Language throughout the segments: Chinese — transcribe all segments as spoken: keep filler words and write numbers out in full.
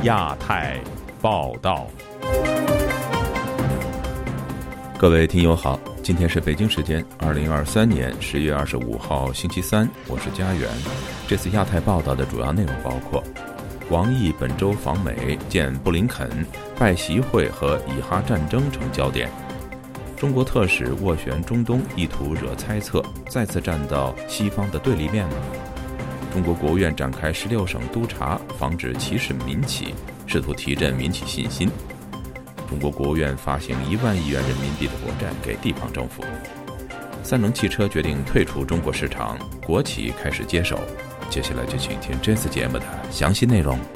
亚太报道。各位听友好，今天是北京时间二零二三年十月二十五号星期三，我是家园。这次亚太报道的主要内容包括：王毅本周访美见布林肯，拜习会和以哈战争成焦点；中国特使斡旋中东，意图惹猜测，再次站到西方的对立面吗？中国国务院展开十六省督查，防止歧视民企，试图提振民企信心。中国国务院发行一万亿元人民币的国债给地方政府。三菱汽车决定退出中国市场，国企开始接手。接下来就请听这次节目的详细内容。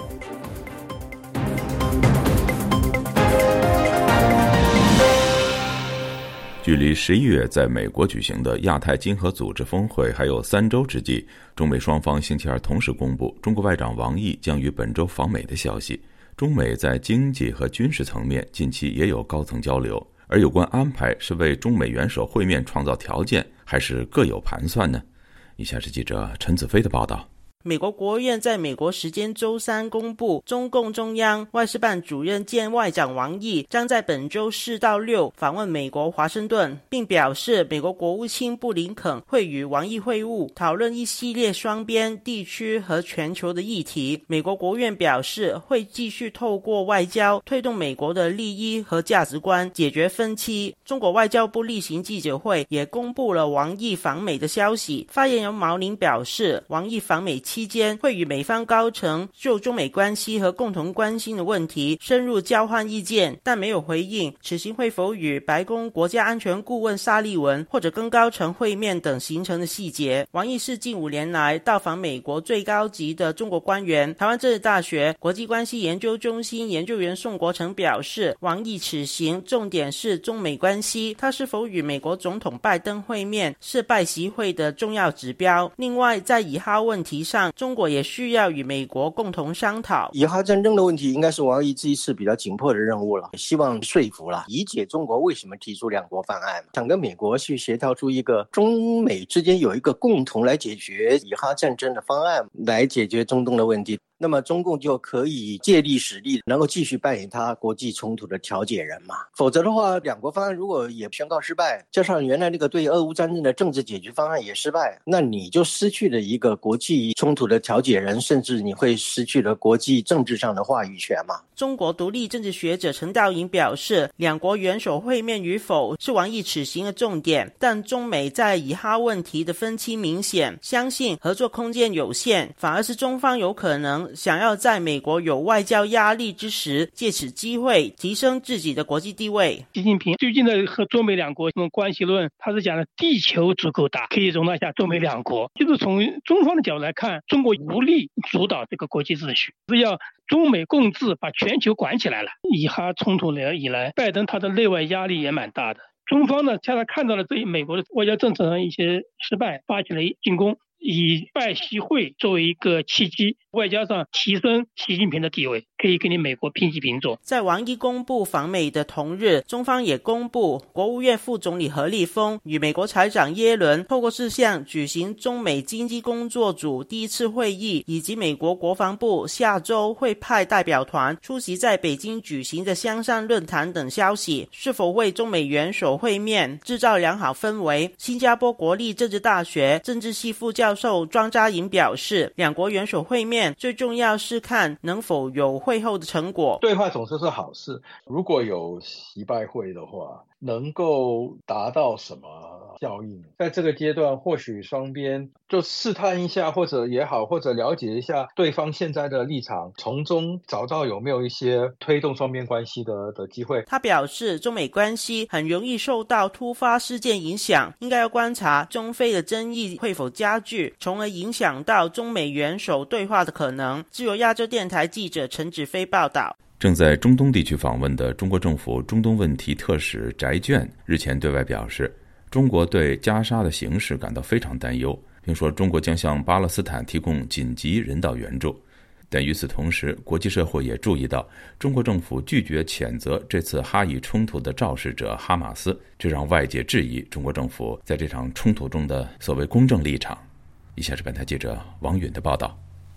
距离十一月在美国举行的亚太经合组织峰会还有三周之际，中美双方星期二同时公布中国外长王毅将于本周访美的消息。中美在经济和军事层面近期也有高层交流，而有关安排是为中美元首会面创造条件，还是各有盘算呢？以下是记者陈子飞的报道。 美国国务院在美国时间周三公布，中共中央外事办主任兼外长王毅将在本周四到六访问美国华盛顿，并表示美国国务卿布林肯会与王毅会晤，讨论一系列双边、地区和全球的议题。美国国务院表示会继续透过外交推动美国的利益和价值观，解决分歧。中国外交部例行记者会也公布了王毅访美的消息，发言人毛宁表示，王毅访美期间会与美方高层就中美关系和共同关心的问题深入交换意见，但没有回应此行会否与白宫国家安全顾问沙利文或者更高层会面等行程的细节。王毅是近五年来到访美国最高级的中国官员。台湾政治大学国际关系研究中心研究员宋国成表示，王毅此行重点是中美关系，他是否与美国总统拜登会面是拜习会的重要指标。另外，在以哈问题上，中国也需要与美国共同商讨。 以哈战争的问题应该是王毅这一次比较紧迫的任务了，希望说服了理解中国为什么提出两国方案，想跟美国去协调出一个中美之间有一个共同来解决以哈战争的方案，来解决中东的问题。那么中共就可以借力使力，能够继续扮演他国际冲突的调解人嘛。否则的话，两国方案如果也宣告失败，加上原来那个对俄乌战争的政治解决方案也失败，那你就失去了一个国际冲突的调解人，甚至你会失去了国际政治上的话语权嘛。 中国独立政治学者陈道颖表示，两国元首会面与否是王毅此行的重点，但中美在以哈问题的分歧明显，相信合作空间有限，反而是中方有可能想要在美国有外交压力之时，借此机会提升自己的国际地位。 习近平最近的和中美两国关系论，他是讲的地球足够大，可以容纳下中美两国。就是从中方的角度来看，中国无力主导这个国际秩序，是要中美共治把全球管起来了。以哈冲突以来，拜登他的内外压力也蛮大的。中方呢，恰恰看到了对美国的外交政策上一些失败，发起了进攻，以拜习会作为一个契机，外交上提升习近平的地位，可以跟你美国平起平坐。 在王毅公布访美的同日，中方也公布国务院副总理何立峰与美国财长耶伦透过视像举行中美经济工作组第一次会议，以及美国国防部下周会派代表团出席在北京举行的香山论坛等消息，是否为中美元首会面制造良好氛围？新加坡国立政治大学政治系副教授庄家颖表示，两国元首会面最重要是看能否有会后的成果。 对话总是是好事，如果有习拜会的话，能够达到什么效应？在这个阶段，或许双边就试探一下，或者也好，或者了解一下对方现在的立场，从中找到有没有一些推动双边关系的的机会。 他表示，中美关系很容易受到突发事件影响，应该要观察中非的争议会否加剧，从而影响到中美元首对话的可能。自由亚洲电台记者陈子飞报道。 正在中东地区访问的中国政府中东问题特使翟隽日前对外表示，中国对加沙的形势感到非常担忧，并说中国将向巴勒斯坦提供紧急人道援助。但与此同时，国际社会也注意到中国政府拒绝谴责这次哈以冲突的肇事者哈马斯，这让外界质疑中国政府在这场冲突中的所谓公正立场。以下是本台记者王允的报道。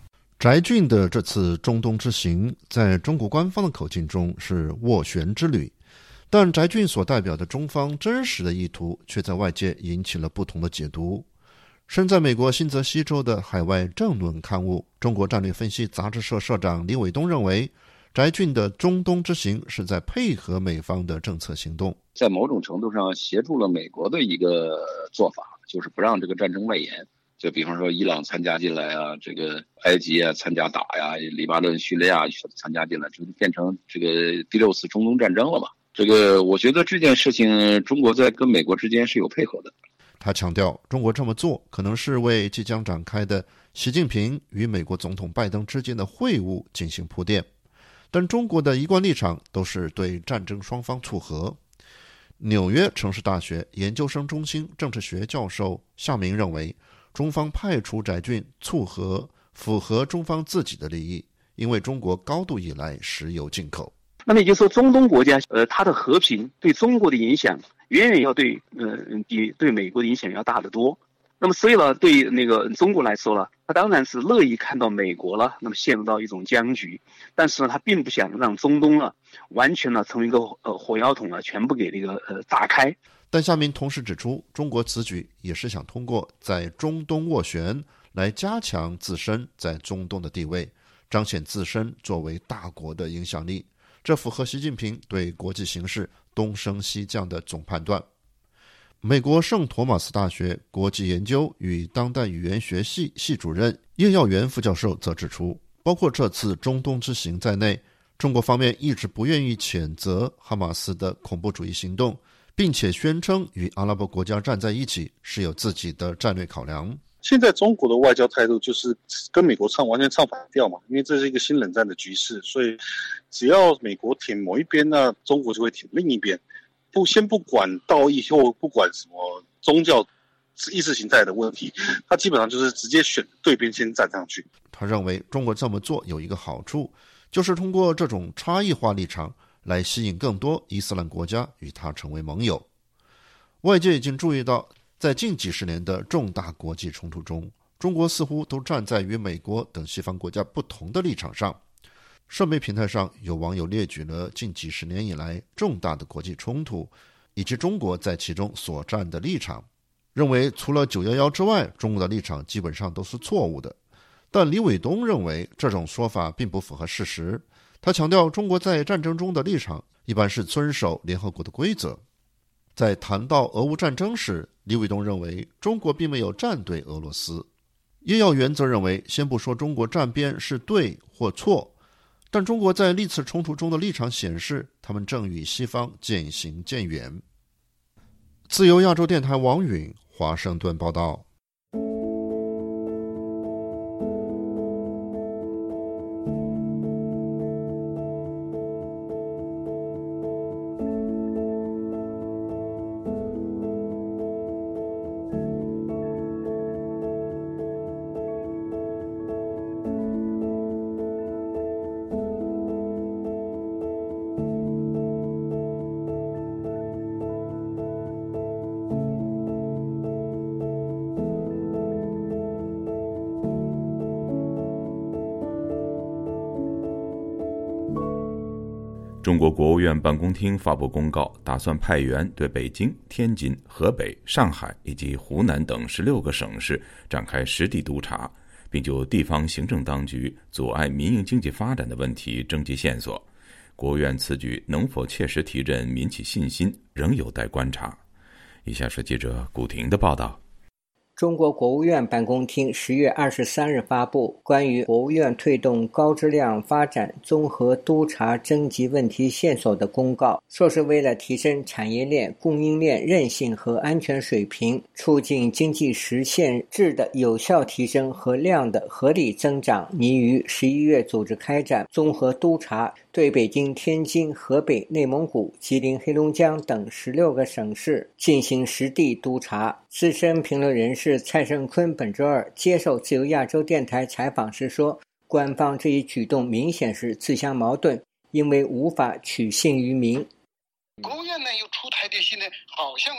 翟俊的这次中东之行，在中国官方的口径中是斡旋之旅，但翟俊所代表的中方真实的意图却在外界引起了不同的解读。身在美国新泽西州的海外政论刊物中国战略分析杂志社社长李伟东认为，翟俊的中东之行是在配合美方的政策行动， 在某种程度上协助了美国的一个做法，就是不让这个战争外延。就比方说伊朗参加进来啊，这个埃及啊参加打呀，黎巴嫩、叙利亚参加进来，就变成这个第六次中东战争了嘛。这个我觉得这件事情中国在跟美国之间是有配合的。 他强调，中国这么做可能是为即将展开的习近平与美国总统拜登之间的会晤进行铺垫，但中国的一贯立场都是对战争双方促和。纽约城市大学研究生中心政治学教授夏明认为，中方派出翟俊促和符合中方自己的利益，因为中国高度依赖石油进口。 那么也就是说，中东国家呃，它的和平对中国的影响远远要对呃比对美国的影响要大得多。那么所以呢，对那个中国来说呢，他当然是乐意看到美国了那么陷入到一种僵局，但是呢，他并不想让中东呢完全呢成为一个呃火药桶啊，全部给那个呃打开。 但夏明同时指出，中国此举也是想通过在中东斡旋来加强自身在中东的地位，彰显自身作为大国的影响力，这符合习近平对国际形势东升西降的总判断。美国圣托马斯大学国际研究与当代语言学系系主任叶耀元副教授则指出，包括这次中东之行在内，中国方面一直不愿意谴责哈马斯的恐怖主义行动，并且宣称与阿拉伯国家站在一起是有自己的战略考量。 现在中国的外交态度就是跟美国唱完全唱反调嘛，因为这是一个新冷战的局势，所以只要美国挺某一边，那中国就会挺另一边。不先不管道义或不管什么宗教意识形态的问题，他基本上就是直接选对边先站上去。 他认为中国这么做有一个好处，就是通过这种差异化立场来吸引更多伊斯兰国家与他成为盟友。外界已经注意到，在近几十年的重大国际冲突中，中国似乎都站在与美国等西方国家不同的立场上。社媒平台上有网友列举了近几十年以来重大的国际冲突，以及中国在其中所站的立场，认为除了九一一之外，中国的立场基本上都是错误的。但李伟东认为这种说法并不符合事实，他强调中国在战争中的立场一般是遵守联合国的规则。在谈到俄乌战争时，李伟东认为中国并没有站对俄罗斯。叶耀元则认为，先不说中国站边是对或错，但中国在历次冲突中的立场显示，他们正与西方渐行渐远。自由亚洲电台王允华盛顿报道。 中国国务院办公厅发布公告，打算派员对北京、天津、河北、上海以及湖南等十六个省市展开实地督查，并就地方行政当局阻碍民营经济发展的问题征集线索。国务院此举能否切实提振民企信心，仍有待观察。以下是记者古婷的报道。 中国国务院办公厅十月二十三日发布关于国务院推动高质量发展综合督查征集问题线索的公告，说是为了提升产业链、供应链韧性和安全水平，促进经济实现质的有效提升和量的合理增长，拟于十一月组织开展综合督查，对北京、天津、河北、内蒙古、吉林、黑龙江等十六个省市进行实地督查。资深评论人士蔡胜坤本周二接受自由亚洲电台采访时说，官方这一举动明显是自相矛盾，因为无法取信于民。 国务院呢又出台的信呢，好像呢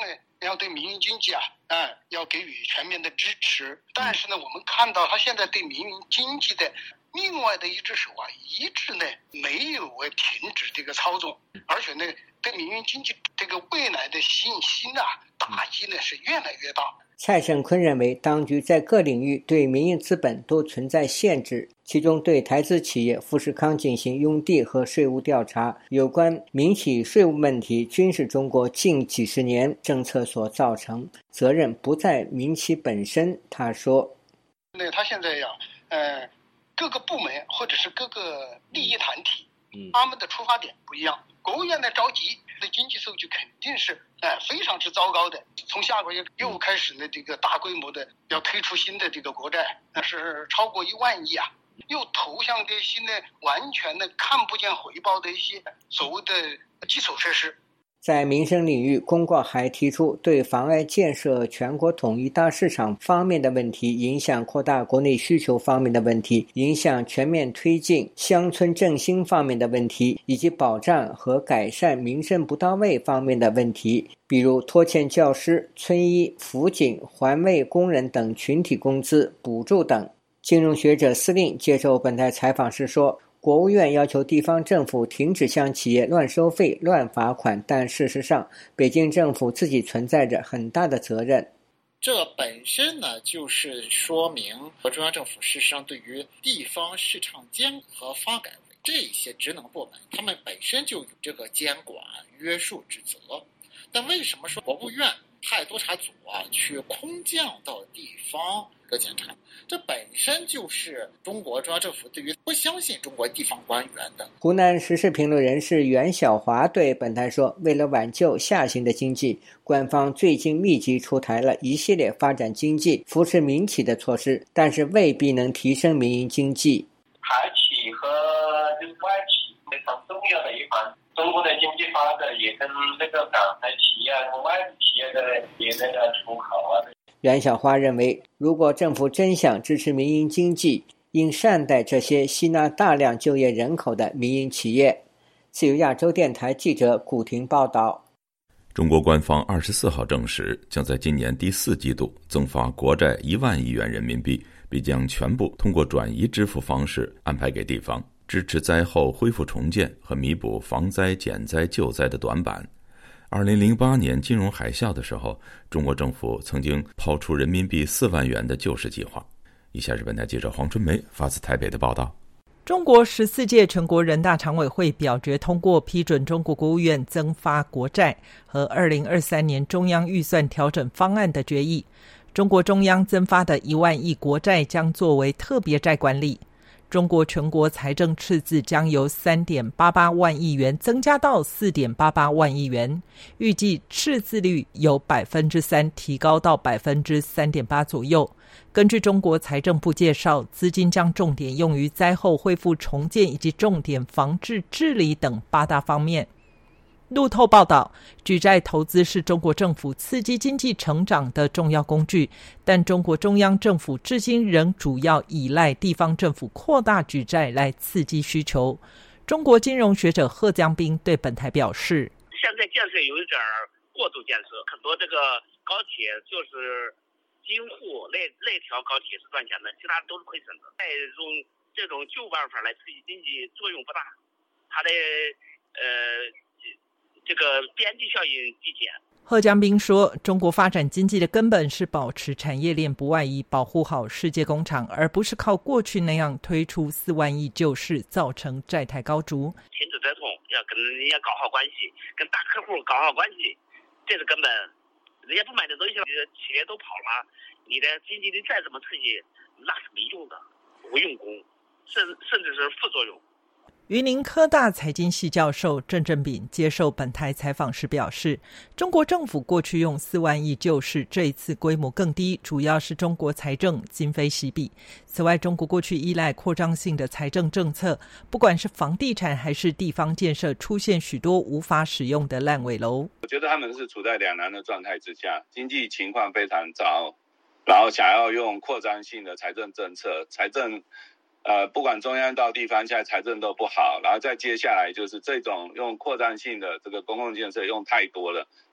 要对民营经济啊，啊、嗯，要给予全面的支持。但是呢，我们看到他现在对民营经济的另外的一只手啊，一直呢没有停止这个操纵，而且呢，对民营经济这个未来的信心啊，打击呢是越来越大。 蔡胜坤认为，当局在各领域对民营资本都存在限制，其中对台资企业富士康进行用地和税务调查，有关民企税务问题均是中国近几十年政策所造成，责任不在民企本身。他说：“ 那他现在呀，呃，各个部门或者是各个利益团体，嗯，他们的出发点不一样。国务院的着急，的经济数据肯定是哎、呃、非常之糟糕的。从下个月又开始呢，这个大规模的要推出新的这个国债，那是超过一万亿啊，又投向这些呢完全的看不见回报的一些所谓的基础设施。” 在民生领域，公告还提出对妨碍建设全国统一大市场方面的问题、影响扩大国内需求方面的问题、影响全面推进乡村振兴方面的问题，以及保障和改善民生不到位方面的问题，比如拖欠教师、村医、辅警、环卫工人等群体工资、补助等。金融学者司令接受本台采访时说，国务院要求地方政府停止向企业乱收费、乱罚款，但事实上，北京政府自己存在着很大的责任。 这本身呢，就是说明中央政府事实上对于地方市场监和发改委这些职能部门，他们本身就有这个监管约束之责。但为什么说国务院派督察组啊去空降到地方个检查？这本身就是中国中央政府对于不相信中国地方官员的。 湖南时事评论人士袁晓华对本台说，为了挽救下行的经济，官方最近密集出台了一系列发展经济、扶持民企的措施，但是未必能提升民营经济。 台企和就是外企非常重要的一环，中国的经济发展也跟这个港台企业跟外资企业的也那个出口啊。 袁晓花认为，如果政府真想支持民营经济，应善待这些吸纳大量就业人口的民营企业。自由亚洲电台记者古婷报道。 中国官方二十四号证实，将在今年第四季度增发国债一万亿元人民币，并将全部通过转移支付方式安排给地方，支持灾后恢复重建和弥补防灾减灾救灾的短板。二零零八年金融海啸的时候，中国政府曾经抛出人民币四万元的救市计划。以下是本台记者黄春梅发自台北的报道。 中国十四届全国人大常委会表决通过批准中国国务院增发国债和二零二三年中央预算调整方案的决议。中国中央增发的一万亿国债将作为特别债管理。中国全国财政赤字将由 三点八八万亿元增加到 四点八八万亿元，预计赤字率由 百分之三 提高到 百分之三点八 左右。根据中国财政部介绍，资金将重点用于灾后恢复重建以及重点防治治理等八大方面。路透报道，举债投资是中国政府刺激经济成长的重要工具，但中国中央政府至今仍主要依赖地方政府扩大举债来刺激需求。中国金融学者贺江斌对本台表示， 现在建设有一点过度建设，很多这个高铁就是京沪那那条高铁是赚钱的，其他都是亏损的。再用这种旧办法来刺激经济作用不大，它的呃这个边际效应递减。 贺江斌说，中国发展经济的根本是保持产业链不外移，保护好世界工厂，而不是靠过去那样推出四万亿救市，造成债台高筑。 停止折腾，要跟人家搞好关系，跟大客户搞好关系，这是根本。人家不买的东西，企业都跑了，你的经济力再怎么刺激，那是没用的，无用功，甚甚至是副作用。 云林科大财经系教授郑正炳接受本台采访时表示，中国政府过去用四万亿救市，这一次规模更低，主要是中国财政今非昔比。此外，中国过去依赖扩张性的财政政策，不管是房地产还是地方建设，出现许多无法使用的烂尾楼。 我觉得他们是处在两难的状态之下，经济情况非常糟，然后想要用扩张性的财政政策，财政呃，不管中央到地方，现在财政都不好，然后再接下来就是这种用扩张性的这个公共建设用太多了，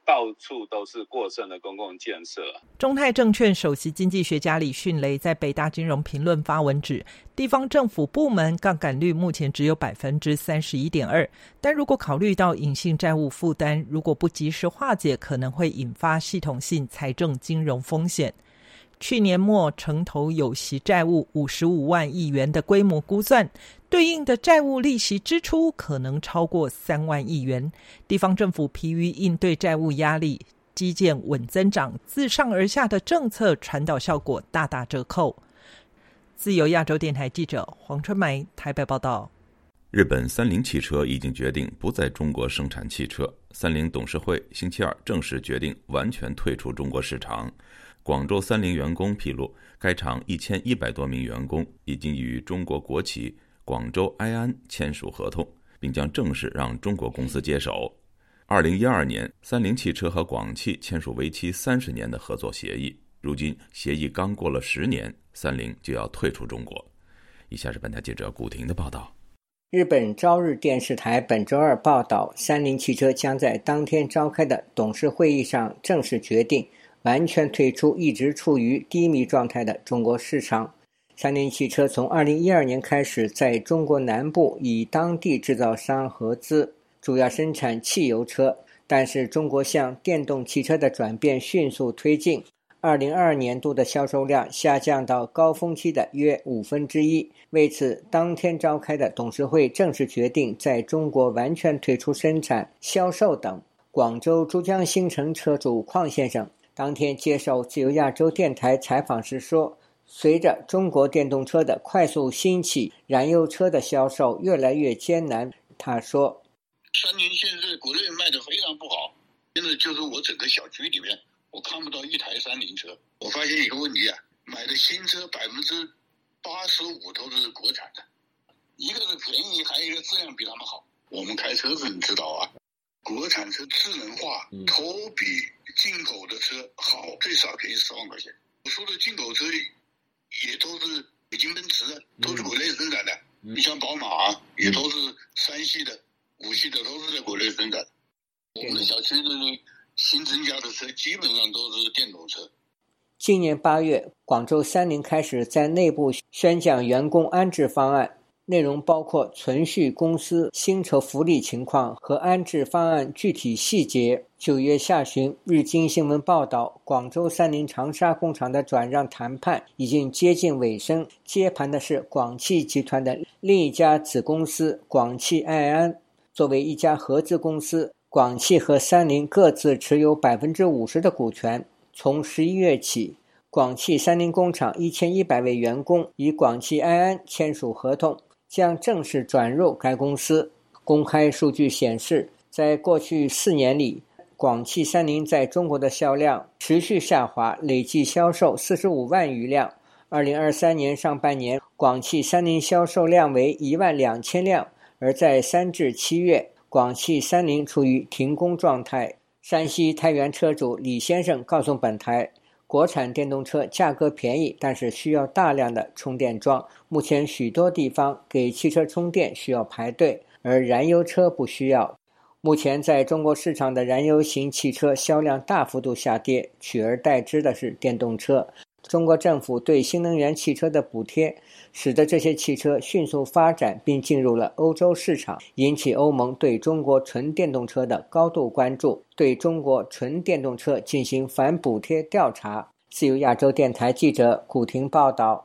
到处都是过剩的公共建设。 中泰证券首席经济学家李迅雷在北大金融评论发文指，地方政府部门杠杆率目前只有 百分之三十一点二， 但如果考虑到隐性债务负担，如果不及时化解，可能会引发系统性财政金融风险。去年末城投有息债务五十五万亿元的规模估算，对应的债务利息支出可能超过三万亿元。地方政府疲于应对债务压力，基建稳增长，自上而下的政策传导效果大打折扣。自由亚洲电台记者黄春梅台北报道。 日本三菱汽车已经决定不在中国生产汽车，三菱董事会星期二正式决定完全退出中国市场。广州三菱员工披露，该厂一千一百多名员工已经与中国国企广州埃安签署合同，并将正式让中国公司接手。二零一二年，三菱汽车和广汽签署为期三十年的合作协议，如今协议刚过了十年，三菱就要退出中国。以下是本台记者古婷的报道。 日本朝日电视台本周二报道，三菱汽车将在当天召开的董事会议上正式决定完全退出一直处于低迷状态的中国市场。三菱汽车从二零一二年开始在中国南部与当地制造商合资，主要生产汽油车，但是中国向电动汽车的转变迅速推进，二零二二年度的销售量下降到高峰期的约五分之一。为此，当天召开的董事会正式决定在中国完全退出生产、销售等。广州珠江新城车主邝先生当天接受自由亚洲电台采访时说，随着中国电动车的快速兴起，燃油车的销售越来越艰难。他说， 三菱现在国内卖得非常不好，现在就是我整个小区里面我看不到一台三菱车。我发现一个问题啊，买的新车百分之八十五都是国产的，一个是便宜，还有一个质量比他们好。我们开车子你知道啊，国产车智能化都比进口的车好，最少便宜十万块钱。我说的进口车也都是北京奔驰的，都是国内生产的。你像宝马也都是三系的、五系的，都是在国内生产。我们的小区的新增加的车基本上都是电动车。 今年八月，广州三菱开始在内部宣讲员工安置方案，内容包括存续公司薪酬福利情况和安置方案具体细节。九月下旬，日经新闻报道，广州三菱长沙工厂的转让谈判已经接近尾声，接盘的是广汽集团的另一家子公司广汽埃安。作为一家合资公司，广汽和三菱各自持有 百分之五十 的股权。从十一月起，广汽三菱工厂一千一百位员工与广汽埃安签署合同，将正式转入该公司。公开数据显示，在过去四年里，广汽三菱在中国的销量持续下滑，累计销售四十五万余辆。二零二三年上半年，广汽三菱销售量为一万两千辆，而在三至七月，广汽三菱处于停工状态。山西太原车主李先生告诉本台，国产电动车价格便宜，但是需要大量的充电桩。目前许多地方给汽车充电需要排队，而燃油车不需要。目前在中国市场的燃油型汽车销量大幅度下跌，取而代之的是电动车。中国政府对新能源汽车的补贴，使得这些汽车迅速发展并进入了欧洲市场，引起欧盟对中国纯电动车的高度关注，对中国纯电动车进行反补贴调查。自由亚洲电台记者古婷报道。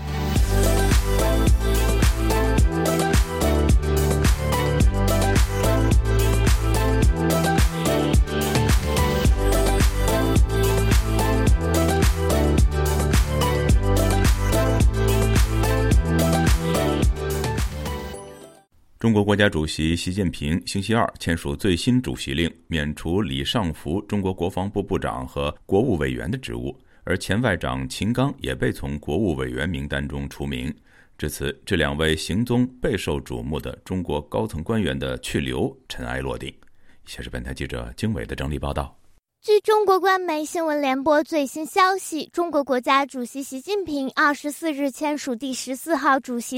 中国国家主席习近平星期二签署最新主席令，免除李尚福中国国防部部长和国务委员的职务，而前外长秦刚也被从国务委员名单中除名。至此，这两位行踪备受瞩目的中国高层官员的去留尘埃落定。以下是本台记者经纬的整理报道。 据中国官媒新闻联播最新消息，中国国家主席习近平二十四日签署第十四号主席令，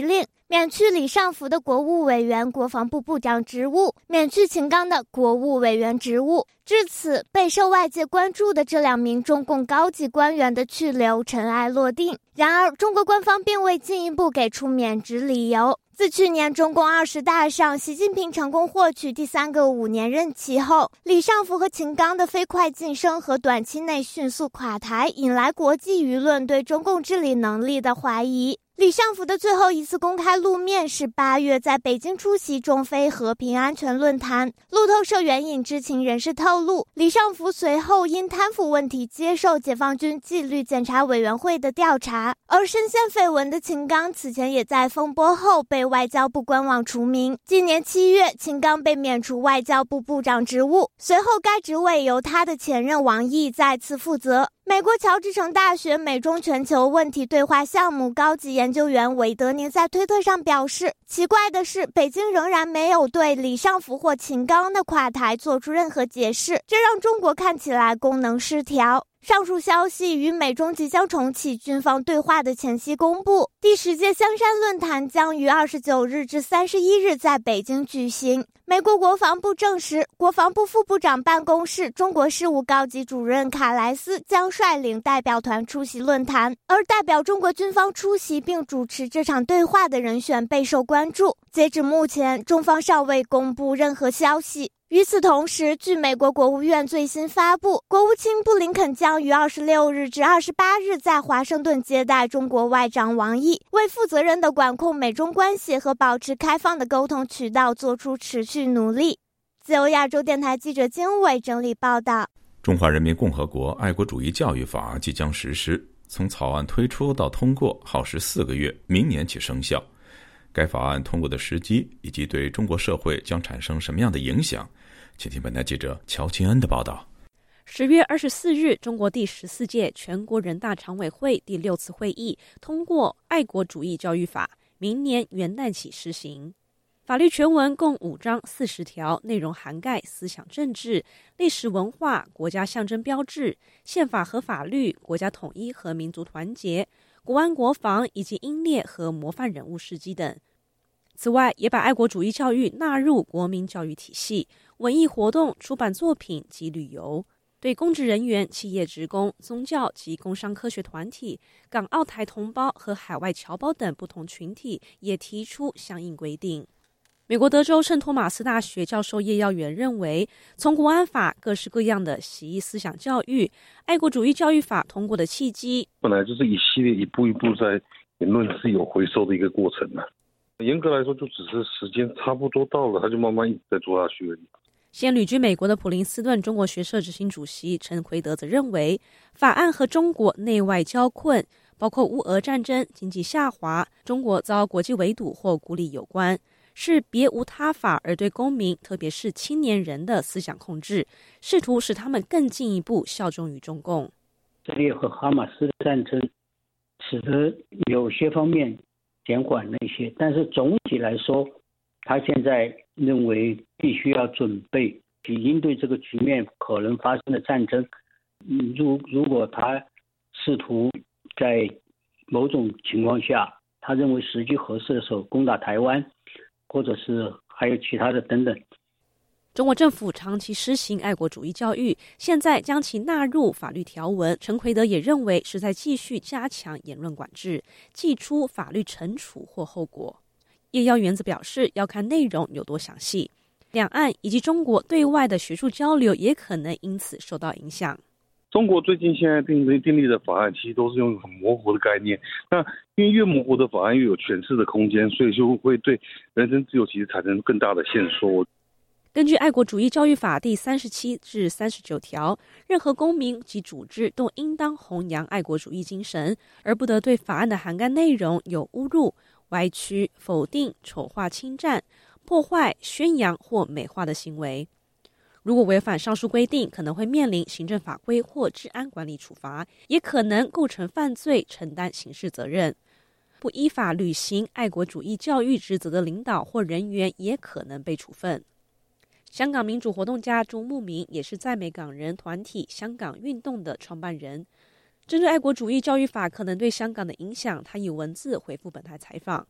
免去李尚福的国务委员、国防部部长职务，免去秦刚的国务委员职务。至此，备受外界关注的这两名中共高级官员的去留尘埃落定。然而，中国官方并未进一步给出免职理由。自去年中共二十大上，习近平成功获取第三个五年任期后，李尚福和秦刚的飞快晋升和短期内迅速垮台，引来国际舆论对中共治理能力的怀疑。李尚福的最后一次公开露面是八月在北京出席中非和平安全论坛。路透社援引知情人士透露，李尚福随后因贪腐问题接受解放军纪律检查委员会的调查，而深陷绯闻的秦刚此前也在风波后被外交部官网除名。今年七月，秦刚被免除外交部部长职务，随后该职位由他的前任王毅再次负责。美国乔治城大学美中全球问题对话项目高级研究员韦德宁在推特上表示，奇怪的是，北京仍然没有对李尚福或秦刚的垮台做出任何解释，这让中国看起来功能失调。上述消息于美中即将重启军方对话的前夕公布。第十届香山论坛将于二十九日至三十一日在北京举行。美国国防部证实，国防部副部长办公室中国事务高级主任卡莱斯将率领代表团出席论坛，而代表中国军方出席并主持这场对话的人选备受关注。截止目前，中方尚未公布任何消息。与此同时，据美国国务院最新发布，国务卿布林肯将于二十六日至二十八日在华盛顿接待中国外长王毅，为负责任地管控美中关系和保持开放的沟通渠道做出持续努力。自由亚洲电台记者金伟整理报道。 中华人民共和国爱国主义教育法即将实施，从草案推出到通过耗时四个月，明年起生效。该法案通过的时机以及对中国社会将产生什么样的影响，请听本台记者乔清恩的报道。 十月二十四日，中国第十四届全国人大常委会第六次会议通过《爱国主义教育法》，明年元旦起施行。法律全文共五章四十条，内容涵盖思想政治、历史文化、国家象征标志、宪法和法律、国家统一和民族团结、国安国防以及英烈和模范人物事迹等。此外，也把爱国主义教育纳入国民教育体系，文艺活动、出版作品及旅游。对公职人员、企业职工、宗教及工商科学团体、港澳台同胞和海外侨胞等不同群体也提出相应规定。美国德州圣托马斯大学教授叶耀元认为，从国安法各式各样的习思想教育、爱国主义教育法通过的契机， 本来就是一系列一步一步在言论自由回收的一个过程啊。严格来说，就只是时间差不多到了，他就慢慢一直在做下去而已。 现旅居美国的普林斯顿中国学社执行主席陈奎德则认为，法案和中国内外交困，包括乌俄战争、经济下滑、中国遭国际围堵或孤立有关，是别无他法而对公民，特别是青年人的思想控制，试图使他们更进一步效忠于中共。 以色列和哈马斯的战争使得有些方面减缓那些，但是总体来说，他现在认为必须要准备去应对这个局面可能发生的战争。嗯，如如果他试图在某种情况下，他认为时机合适的时候攻打台湾，或者是还有其他的等等。 中国政府长期施行爱国主义教育，现在将其纳入法律条文。陈奎德也认为是在继续加强言论管制，祭出法律惩处或后果。叶耀元则表示，要看内容有多详细，两岸以及中国对外的学术交流也可能因此受到影响。 中国最近现在订立订立的法案，其实都是用很模糊的概念。那因为越模糊的法案越有诠释的空间，所以就会对人身自由其实产生更大的限缩。 根据《爱国主义教育法》第三十七至三十九条，任何公民及组织都应当弘扬爱国主义精神，而不得对法案的涵盖内容有侮辱、歪曲、否定、丑化、侵占、破坏、宣扬或美化的行为。如果违反上述规定，可能会面临行政法规或治安管理处罚，也可能构成犯罪，承担刑事责任。不依法履行爱国主义教育职责的领导或人员也可能被处分。香港民主活动家钟慕明也是在美港人团体香港运动的创办人。针对爱国主义教育法可能对香港的影响，他以文字回复本台采访。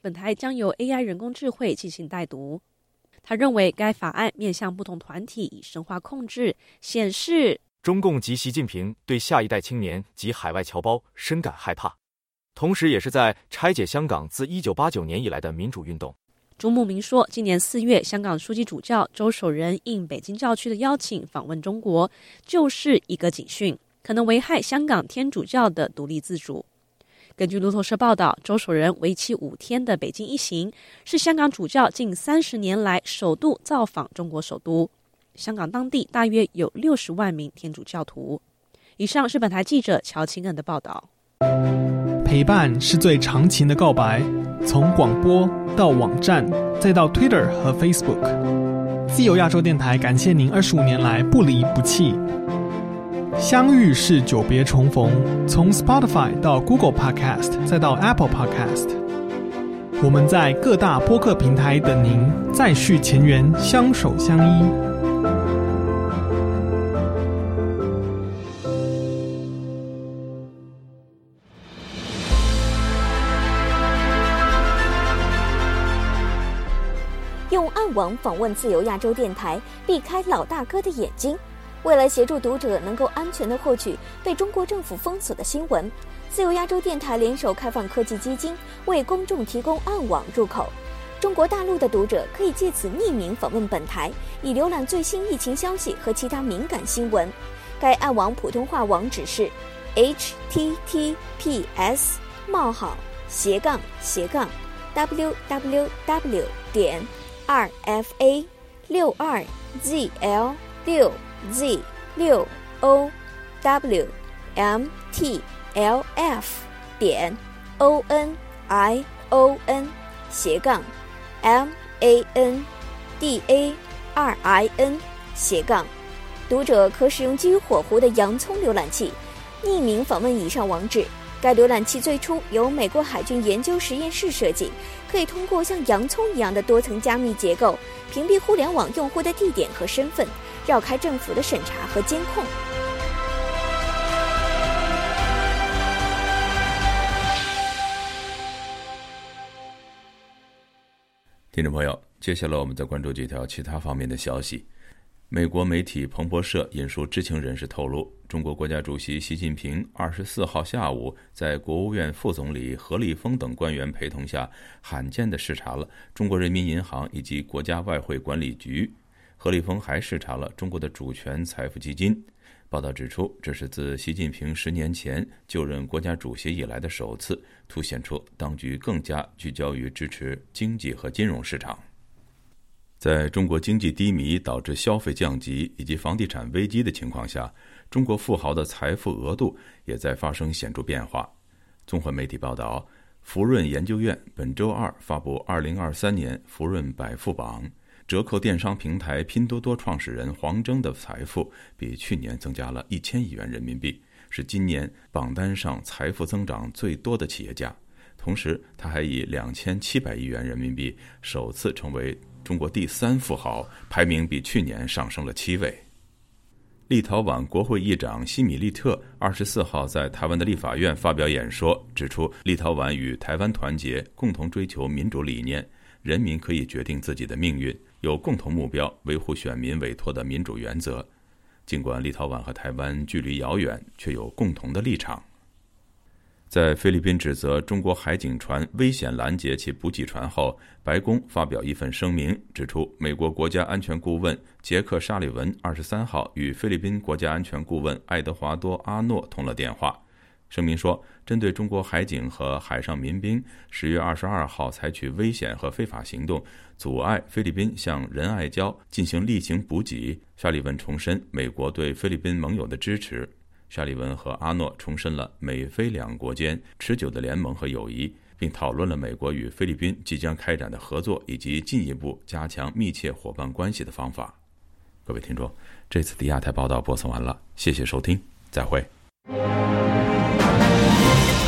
本台将由 A I 人工智慧进行代读。他认为该法案面向不同团体以深化控制，显示中共及习近平对下一代青年及海外侨胞深感害怕，同时也是在拆解香港自一九八九年以来的民主运动。 朱慕明说，今年四月，香港书记主教周守仁应北京教区的邀请访问中国，就是一个警讯，可能危害香港天主教的独立自主。根据路透社报道，周守仁为期五天的北京一行是香港主教近三十年来首度造访中国首都。香港当地大约有六十万名天主教徒。以上是本台记者乔清恩的报道。 陪伴是最长情的告白，从广播到网站，再到 Twitter 和 Facebook。自由亚洲电台感谢您二十五年来不离不弃。相遇是久别重逢，从 Spotify 到 Google Podcast 再到 Apple Podcast， 我们在各大播客平台等您，再续前缘，相守相依。 用暗网访问自由亚洲电台，避开老大哥的眼睛。为了协助读者能够安全地获取被中国政府封锁的新闻，自由亚洲电台联手开放科技基金为公众提供暗网入口。中国大陆的读者可以借此匿名访问本台，以浏览最新疫情消息和其他敏感新闻。该暗网普通话网址是 h t t p s 冒号斜杠斜杠 w w w 点 r f a 六二 z l 六 z 六 o w m t l f 点 o n i o n 斜杠 m a n d a r i n 斜杠。读者可使用基于火狐的洋葱浏览器匿名访问以上网址。该浏览器最初由美国海军研究实验室设计，可以通过像洋葱一样的多层加密结构，屏蔽互联网用户的地点和身份，绕开政府的审查和监控。 听众朋友，接下来我们再关注几条其他方面的消息。美国媒体彭博社引述知情人士透露，中国国家主席习近平二十四号下午在国务院副总理何立峰等官员陪同下，罕见地视察了中国人民银行以及国家外汇管理局。何立峰还视察了中国的主权财富基金。报道指出，这是自习近平十年前就任国家主席以来的首次，凸显出当局更加聚焦于支持经济和金融市场。在中国经济低迷导致消费降级以及房地产危机的情况下，中国富豪的财富额度也在发生显著变化。综合媒体报道，福润研究院本周二发布二零二三年福润百富榜，折扣电商平台拼多多创始人黄峥的财富比去年增加了一千亿元人民币，是今年榜单上财富增长最多的企业家。同时，他还以两千七百亿元人民币首次成为中国第三富豪，排名比去年上升了七位。立陶宛国会议长西米利特二十四号在台湾的立法院发表演说，指出立陶宛与台湾团结，共同追求民主理念，人民可以决定自己的命运，有共同目标，维护选民委托的民主原则。尽管立陶宛和台湾距离遥远，却有共同的立场。在菲律宾指责中国海警船危险拦截其补给船后，白宫发表一份声明，指出美国国家安全顾问杰克·沙利文二十三号与菲律宾国家安全顾问爱德华多·阿诺通了电话。声明说，针对中国海警和海上民兵十月二十二号采取危险和非法行动，阻碍菲律宾向仁爱礁进行例行补给，沙利文重申美国对菲律宾盟友的支持。沙利文和阿诺重申了美菲两国间持久的联盟和友谊，并讨论了美国与菲律宾即将开展的合作以及进一步加强密切伙伴关系的方法。各位听众，这次的亚太报道播送完了，谢谢收听，再会。